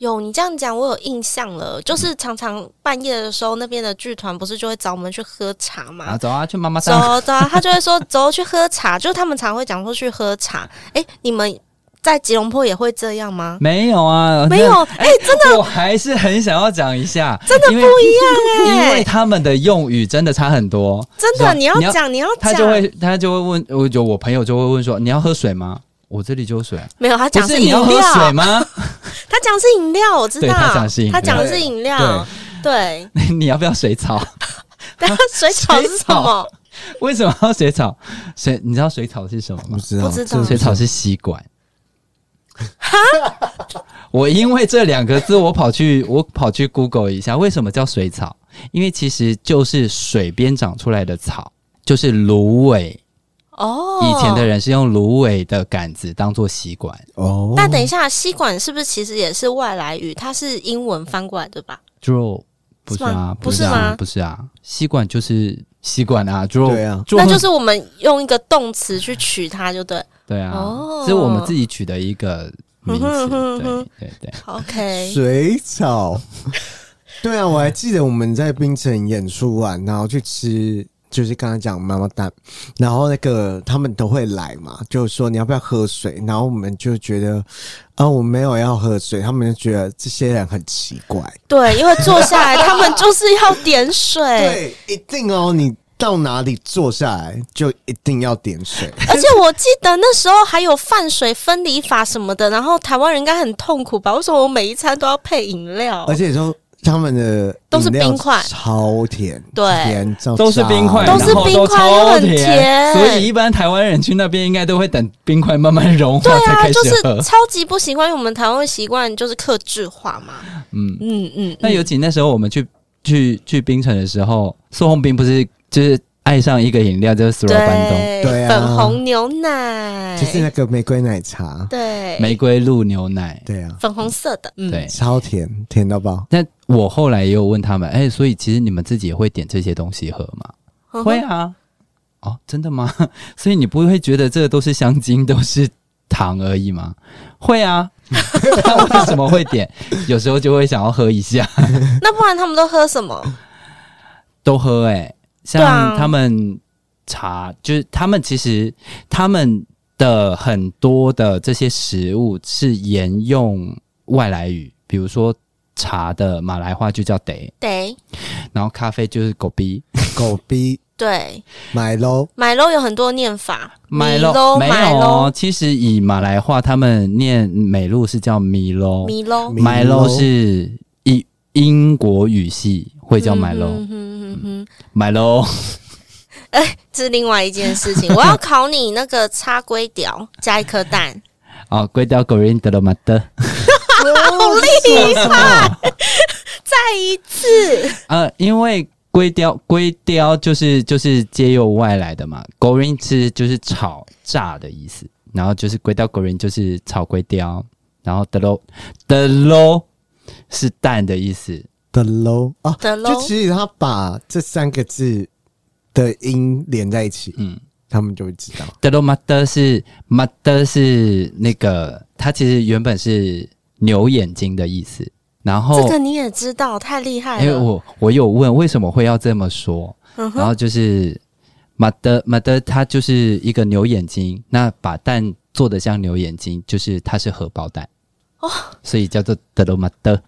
有你这样讲，我有印象了。就是常常半夜的时候，那边的剧团不是就会找我们去喝茶嘛？ 啊，走啊，去妈妈走走啊，他就会说走去喝茶，就是他们常会讲说去喝茶。哎，你们在吉隆坡也会这样吗？ 没有啊， 没有。哎，真的， 我还是很想要讲一下， 真的不一样哎、 欸，因为他们的用语真的差很多。 真的，你要讲，你要讲， 他就会他就会问，我就我朋友就会问说，你要喝水吗？我这里就有水、啊。 没有，他讲是饮料。 你要喝水吗？ 他讲是饮料，我知道。 他讲是饮料， 他讲的是饮料。对， 对你要不要水草？ 但水草是什么？ 为什么要水草？水，你知道水草是什么吗？ 不知道， 不知道。 水草是吸管。哈，我因为这两个字，我跑去我跑去 Google 一下，为什么叫水草？因为其实就是水边长出来的草，就是芦苇。哦，以前的人是用芦苇的杆子当做吸管。 哦， 但等一下，吸管是不是其实也是外来语？它是英文翻过来的吧 ？Draw 不是啊， 不是吗？ 不是啊，吸管就是吸管啊 ，draw 对啊， 那就是我们用一个动词去取它，就对。 对啊，这、哦、是我们自己取的一个名词。对对对 ，OK。 水草，对啊，我还记得我们在槟城演出完，然后去吃。就是刚才讲妈妈蛋，然后那个他们都会来嘛，就说你要不要喝水，然后我们就觉得啊，我没有要喝水，他们就觉得这些人很奇怪。 对，因为坐下来他们就是要点水。 对，一定哦，你到哪里坐下来就一定要点水。 而且我记得那时候还有饭水分离法什么的，然后台湾人应该很痛苦吧？为什么我每一餐都要配饮料？ 而且说。他们的都是冰块， 超甜， 对， 甜都是冰块， 都是冰块，又很甜。 所以一般台湾人去那边应该都会等冰块慢慢融化才开始喝。 对啊，就是超级不习惯，因为我们台湾习惯就是客制化嘛。嗯嗯嗯。 那尤其那时候我们去去去槟城的时候，宋宏斌不是就是爱上一个饮料，就是 Sro 班东， 对啊， 粉红牛奶， 就是那个玫瑰奶茶， 对， 玫瑰露牛奶， 对啊， 粉红色的， 嗯，对， 超甜，甜到爆。 那我后来也有问他们，哎、欸，所以其实你们自己也会点这些东西喝吗？嗯、会啊。哦，真的吗？所以你不会觉得这个都是香精，都是糖而已吗？会啊。那为什么会点？有时候就会想要喝一下。 那不然他们都喝什么？ 都喝哎、欸。像他们茶，啊、就是他们其实他们的很多的这些食物是沿用外来语，比如说茶的马来话就叫得得， 然后咖啡就是狗逼狗逼， 对， 买喽买喽有很多念法， 买喽没有哦，其实以马来话他们念美露是叫米喽， 米喽， 买喽是以英国语系会叫买喽。嗯买喽！ 哎、欸，这是另外一件事情。我要考你那个插龟雕加一颗蛋。 哦，龟雕狗人得了吗的？ 好厉害！再一次。 呃，因为龟雕龟雕就是就是借由外来的嘛，狗人吃就是炒炸的意思，然后就是龟雕狗人就是炒龟雕，然后得喽得喽是蛋的意思。 的喽啊， 就其实他把这三个字的音连在一起，嗯，他们就会知道。 的喽马的是马的是那个，它其实原本是牛眼睛的意思。然后这个你也知道，太厉害了。 因为我我有问为什么会要这么说，嗯、然后就是马的马的，它就是一个牛眼睛，那把蛋做的像牛眼睛，就是它是荷包蛋哦，所以叫做的喽马的。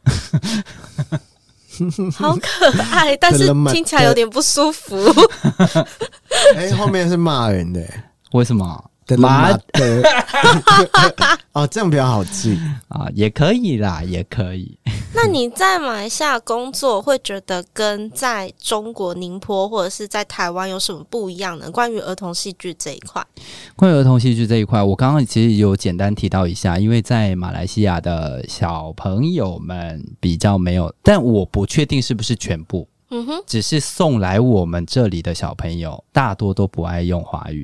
好可爱，但是听起来有点不舒服。 哎、欸，后面是骂人的， 为什么？ 骂的哦，这样比较好记啊，也可以啦，也可以。 那你在马来西亚工作，会觉得跟在中国宁波或者是在台湾有什么不一样呢？关于儿童戏剧这一块， 关于儿童戏剧这一块，我刚刚其实有简单提到一下，因为在马来西亚的小朋友们比较没有，但我不确定是不是全部。嗯哼，只是送来我们这里的小朋友大多都不爱用华语。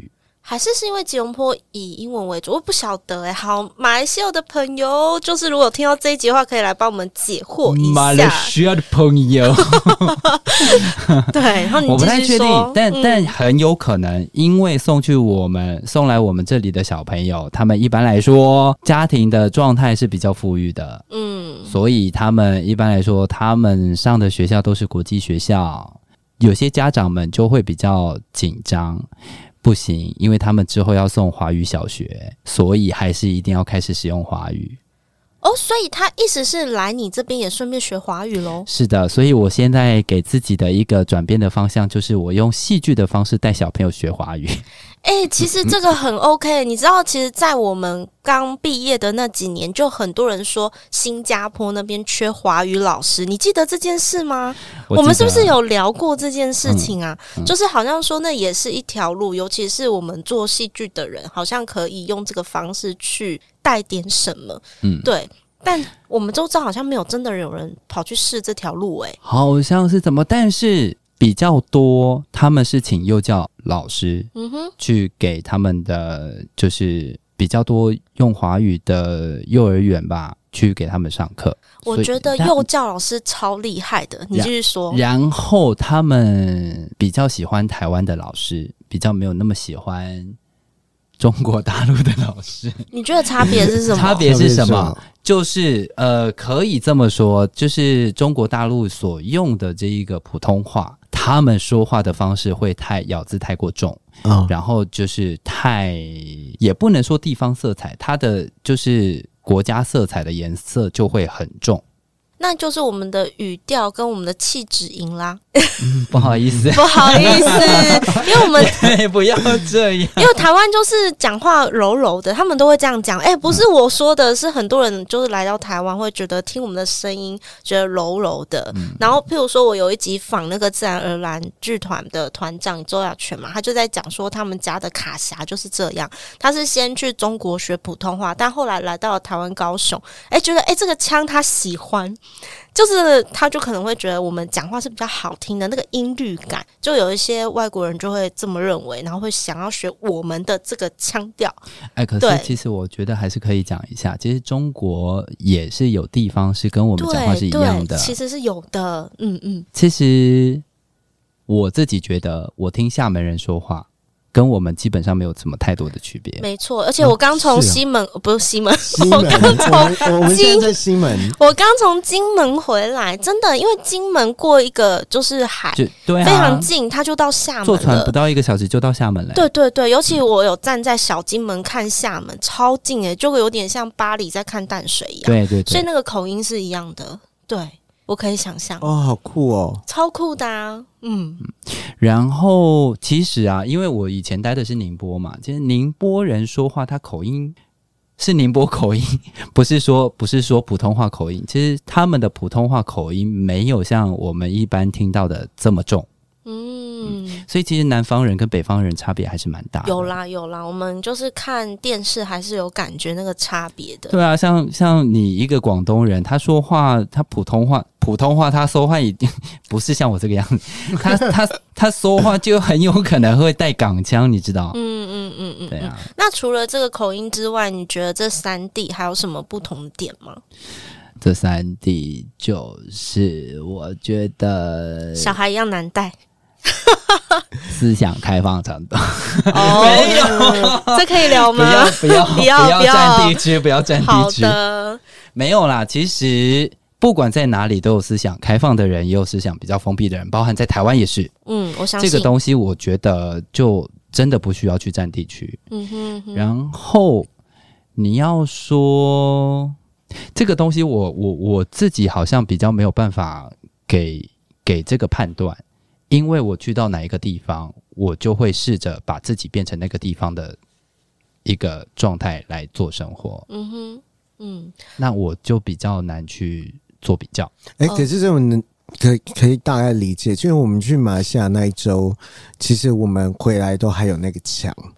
还是是因为吉隆坡以英文为主，我不晓得哎、欸。好，马来西亚的朋友，就是如果听到这一集的话，可以来帮我们解惑一下。 马来西亚的朋友， 对，然后你我不太确定，但、 嗯、 但很有可能，因为送去我们送来我们这里的小朋友，他们一般来说家庭的状态是比较富裕的，嗯，所以他们一般来说，他们上的学校都是国际学校，有些家长们就会比较紧张。不行，因为他们之后要送华语小学，所以还是一定要开始使用华语。 哦，所以他意思是来你这边也顺便学华语咯？ 是的，所以我现在给自己的一个转变的方向，就是我用戏剧的方式带小朋友学华语。 哎、欸，其实这个很 OK， 你知道，其实，在我们刚毕业的那几年，就很多人说新加坡那边缺华语老师，你记得这件事吗？我, 我们是不是有聊过这件事情啊、嗯嗯？就是好像说那也是一条路，尤其是我们做戏剧的人，好像可以用这个方式去带点什么。嗯，对。但我们周遭好像没有真的有人跑去试这条路、欸，哎， 好像是怎么？但是比较多，他们是请幼教老师，嗯哼，去给他们的就是比较多用华语的幼儿园吧，去给他们上课。 我觉得幼教老师超厉害的，你继续说。 然后他们比较喜欢台湾的老师，比较没有那么喜欢中国大陆的老师。 你觉得差别是什么？ 差别是什么？就是呃，可以这么说，就是中国大陆所用的这一个普通话，他们说话的方式会太咬字太过重，嗯，然后就是太也不能说地方色彩，它的就是国家色彩的颜色就会很重。 那就是我们的语调跟我们的气质赢啦、 嗯、不好意思不好意思因为我们不要这样， 因为台湾就是讲话柔柔的，他们都会这样讲。哎、欸，不是我说的，是很多人就是来到台湾会觉得听我们的声音觉得柔柔的、嗯、然后譬如说我有一集访那个自然而然剧团的团长周亚全嘛，他就在讲说他们家的卡霞就是这样，他是先去中国学普通话，但后来来到了台湾高雄，哎、欸，觉得哎、欸、这个腔他喜欢，就是他就可能会觉得我们讲话是比较好听的，那个音律感，就有一些外国人就会这么认为，然后会想要学我们的这个腔调。 哎，可是其实我觉得还是可以讲一下，其实中国也是有地方是跟我们讲话是一样的， 其实是有的。嗯嗯， 其实我自己觉得，我听厦门人说话，跟我们基本上没有什么太多的区别。 没错，而且我刚从西门、啊啊、不是西门， 西门我刚从我们现在在西门， 我刚从金门回来，真的，因为金门过一个就是海，就对、啊，非常近，它就到厦门了， 坐船不到一个小时就到厦门了。 对对对，尤其我有站在小金门看厦门，超近诶，就有点像巴黎在看淡水一样。 对对对， 所以那个口音是一样的。对。我可以想象哦，好酷哦， 超酷的啊，嗯。 然后其实啊，因为我以前待的是宁波嘛，其实宁波人说话，他口音是宁波口音，不是说不是说普通话口音。其实他们的普通话口音没有像我们一般听到的这么重。嗯，所以其实南方人跟北方人差别还是蛮大的。 有啦有啦，我们就是看电视还是有感觉那个差别的。 对啊，像像你一个广东人，他说话他普通话普通话他说话一定不是像我这个样子，他他他说话就很有可能会带港腔，你知道？嗯嗯嗯嗯，对啊。 那除了这个口音之外，你觉得这三地还有什么不同的点吗？ 这三地就是我觉得小孩一样难带。 思想开放程度哦，没有，这可以聊吗？ 不要不要不要占地区，不要占地区。 好的， 没有啦。其实不管在哪里都有思想开放的人，也有思想比较封闭的人，包含在台湾也是。嗯，我相信这个东西，我觉得就真的不需要去占地区。嗯哼哼。然后你要说这个东西我，我我我自己好像比较没有办法给给这个判断。因为我去到哪一个地方，我就会试着把自己变成那个地方的一个状态来做生活。嗯哼，嗯，那我就比较难去做比较。 哎、欸，可是这种可可以大概理解，因为我们去马来西亚那一周，其实我们回来都还有那个墙。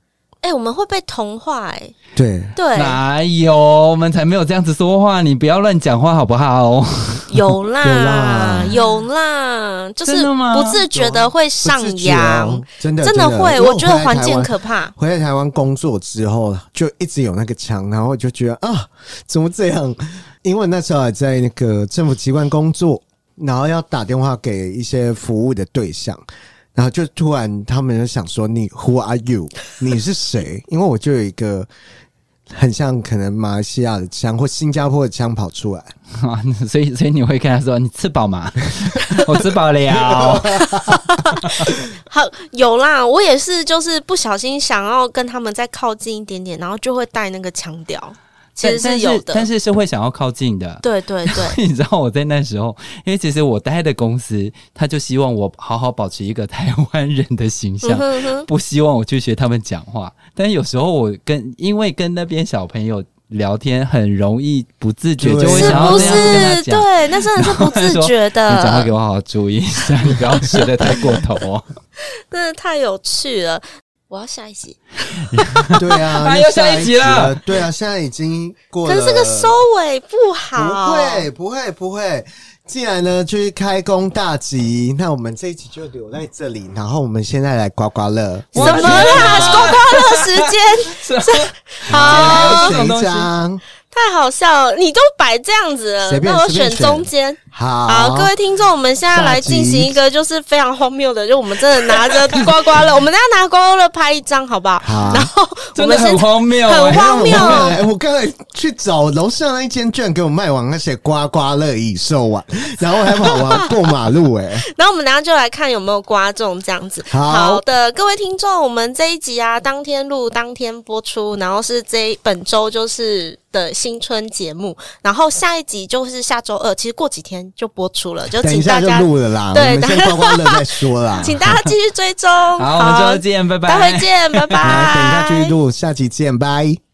哎、欸，我们会被同化哎、欸。 对对， 哪有？我们才没有这样子说话，你不要乱讲话好不好？ 有啦， 有啦， 有啦，就是真的吗不自觉的会上扬、 哦，真的真的会。 我我觉得环境很可怕。 回来台湾工作之后，就一直有那个腔，然后就觉得啊，怎么这样？因为那时候还在那个政府机关工作，然后要打电话给一些服务的对象。然后就突然他们就想说你 Who are you？ 你是谁？因为我就有一个很像可能马来西亚的腔或新加坡的腔跑出来， 所以所以你会跟他说你吃饱吗？我吃饱了。 好，有啦，我也是，就是不小心想要跟他们再靠近一点点，然后就会带那个腔调。其实是有的， 但是但是是会想要靠近的。 对对对， 你知道我在那时候，因为其实我待的公司，他就希望我好好保持一个台湾人的形象，嗯、哼哼不希望我去学他们讲话。但有时候我跟因为跟那边小朋友聊天，很容易不自觉就会想要这样子跟他讲。 对，那真的是不自觉的。 你讲话给我好好注意一下，你不要学得太过头哦。 真的太有趣了。我要下一集， 对啊， 还有下一集了， 对啊，现在已经过了， 可是这个收尾不好， 不会，不会，不会。既然呢就是开工大吉，那我们这一集就留在这里，然后我们现在来刮刮乐。 什么啦？刮刮乐时间，好， 选一张。 太好笑了，你都摆这样子了，那我选中间。 好， 好，各位听众，我们现在来进行一个就是非常荒谬的，就我们真的拿着刮刮乐，我们等一下拿刮刮乐拍一张，好不好？ 好。 然后我们很荒谬， 很荒谬。 我刚才去找楼上那一间，居然给我卖完那些刮刮乐已售完，然后还跑完过马路哎、欸。 然后我们等一下就来看有没有刮中这样子。 好, 好的，各位听众，我们这一集啊，当天录，当天播出，然后是这本周就是的新春节目，然后下一集就是下周二，其实过几天就播出了，就请大家等一下就录了啦， 对， 我们先刮刮乐再说啦， 请大家继续追踪。 好，我们周二见，拜拜， 待会见，拜拜， 来，等一下继续录，下集见，拜。